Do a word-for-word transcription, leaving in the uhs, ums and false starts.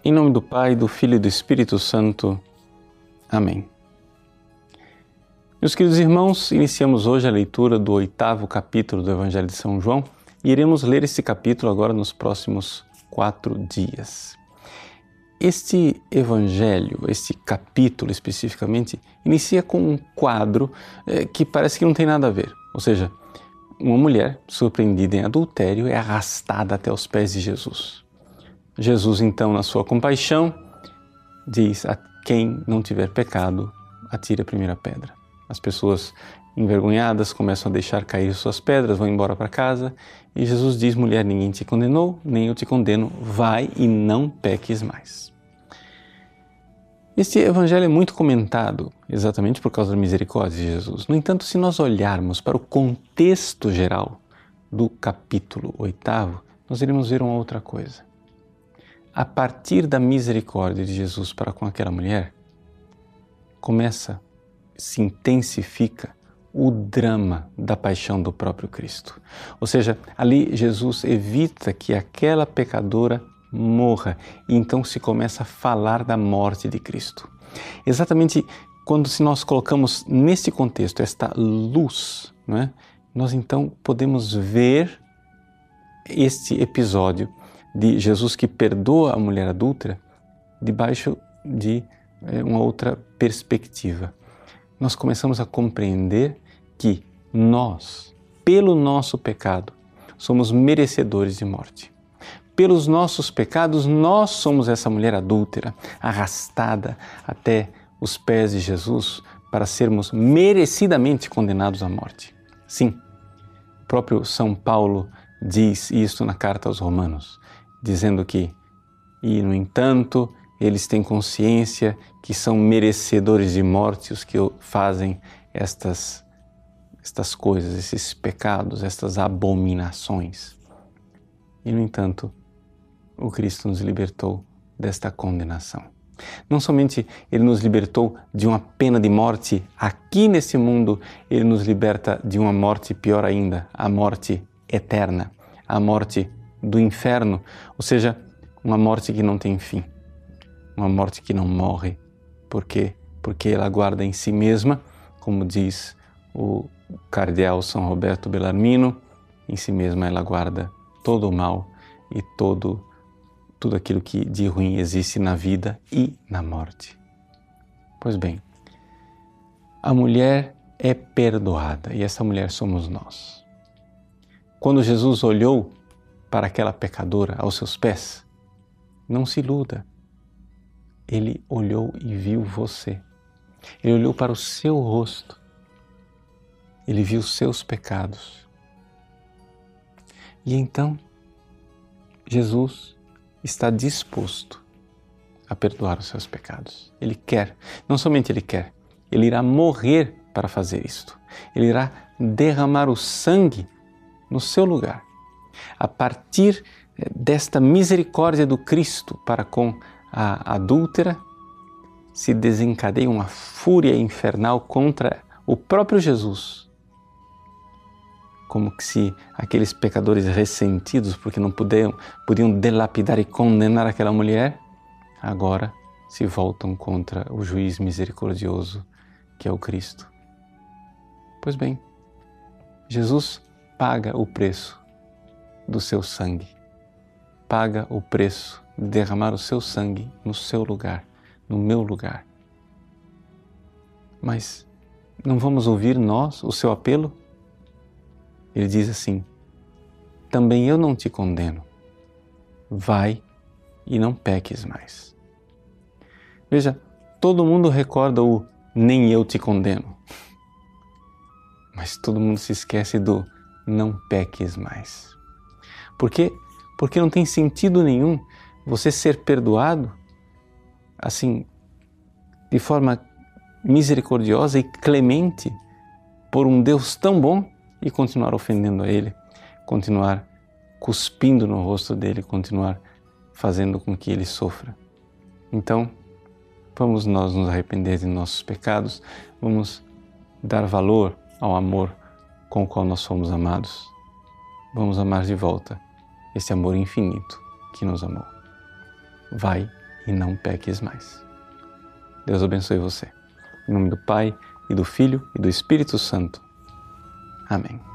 Em nome do Pai, do Filho e do Espírito Santo. Amém. Meus queridos irmãos, iniciamos hoje a leitura do oitavo capítulo do Evangelho de São João e iremos ler esse capítulo agora nos próximos quatro dias. Este Evangelho, este capítulo especificamente, inicia com um quadro eh, que parece que não tem nada a ver. Ou seja, uma mulher surpreendida em adultério é arrastada até os pés de Jesus. Jesus, então, na sua compaixão, diz: a quem não tiver pecado, atire a primeira pedra. As pessoas envergonhadas começam a deixar cair suas pedras, vão embora para casa e Jesus diz: mulher, ninguém te condenou, nem eu te condeno, vai e não peques mais. Este evangelho é muito comentado exatamente por causa da misericórdia de Jesus. No entanto, se nós olharmos para o contexto geral do capítulo oitavo, nós iremos ver uma outra coisa. A partir da misericórdia de Jesus para com aquela mulher, começa, se intensifica o drama da paixão do próprio Cristo. Ou seja, ali Jesus evita que aquela pecadora morra e então se começa a falar da morte de Cristo. Exatamente quando se nós colocamos nesse contexto esta luz, não é? Nós então podemos ver este episódio de Jesus que perdoa a mulher adúltera debaixo de é, uma outra perspectiva. Nós começamos a compreender que nós, pelo nosso pecado, somos merecedores de morte. Pelos nossos pecados, nós somos essa mulher adúltera, arrastada até os pés de Jesus para sermos merecidamente condenados à morte. Sim, o próprio São Paulo diz isso na carta aos Romanos, dizendo que, e no entanto, eles têm consciência que são merecedores de morte os que fazem estas, estas coisas, esses pecados, estas abominações. E no entanto, o Cristo nos libertou desta condenação. Não somente Ele nos libertou de uma pena de morte aqui nesse mundo, Ele nos liberta de uma morte pior ainda, a morte eterna, a morte do inferno, ou seja, uma morte que não tem fim, uma morte que não morre. Por quê? Porque ela guarda em si mesma, como diz o cardeal São Roberto Bellarmino, em si mesma ela guarda todo o mal e todo, tudo aquilo que de ruim existe na vida e na morte. Pois bem, a mulher é perdoada e essa mulher somos nós. Quando Jesus olhou para aquela pecadora aos seus pés, não se iluda. Ele olhou e viu você. Ele olhou para o seu rosto. Ele viu os seus pecados. E então, Jesus está disposto a perdoar os seus pecados. Ele quer, não somente Ele quer, Ele irá morrer para fazer isto. Ele irá derramar o sangue no seu lugar. A partir desta misericórdia do Cristo para com a adúltera, se desencadeia uma fúria infernal contra o próprio Jesus. Como que se aqueles pecadores ressentidos, porque não podiam, podiam delapidar e condenar aquela mulher, agora se voltam contra o juiz misericordioso que é o Cristo. Pois bem, Jesus paga o preço do seu sangue, paga o preço de derramar o seu sangue no seu lugar, no meu lugar. Mas não vamos ouvir nós o seu apelo? Ele diz assim: também eu não te condeno, vai e não peques mais. Veja, todo mundo recorda o nem eu te condeno, mas todo mundo se esquece do não peques mais. Por quê? Porque não tem sentido nenhum você ser perdoado assim, de forma misericordiosa e clemente por um Deus tão bom e continuar ofendendo a Ele, continuar cuspindo no rosto dEle, continuar fazendo com que Ele sofra. Então, vamos nós nos arrepender de nossos pecados, vamos dar valor ao amor com o qual nós fomos amados. Vamos amar de volta esse amor infinito que nos amou. Vai e não peques mais. Deus abençoe você. Em nome do Pai, e do Filho, e do Espírito Santo. Amém.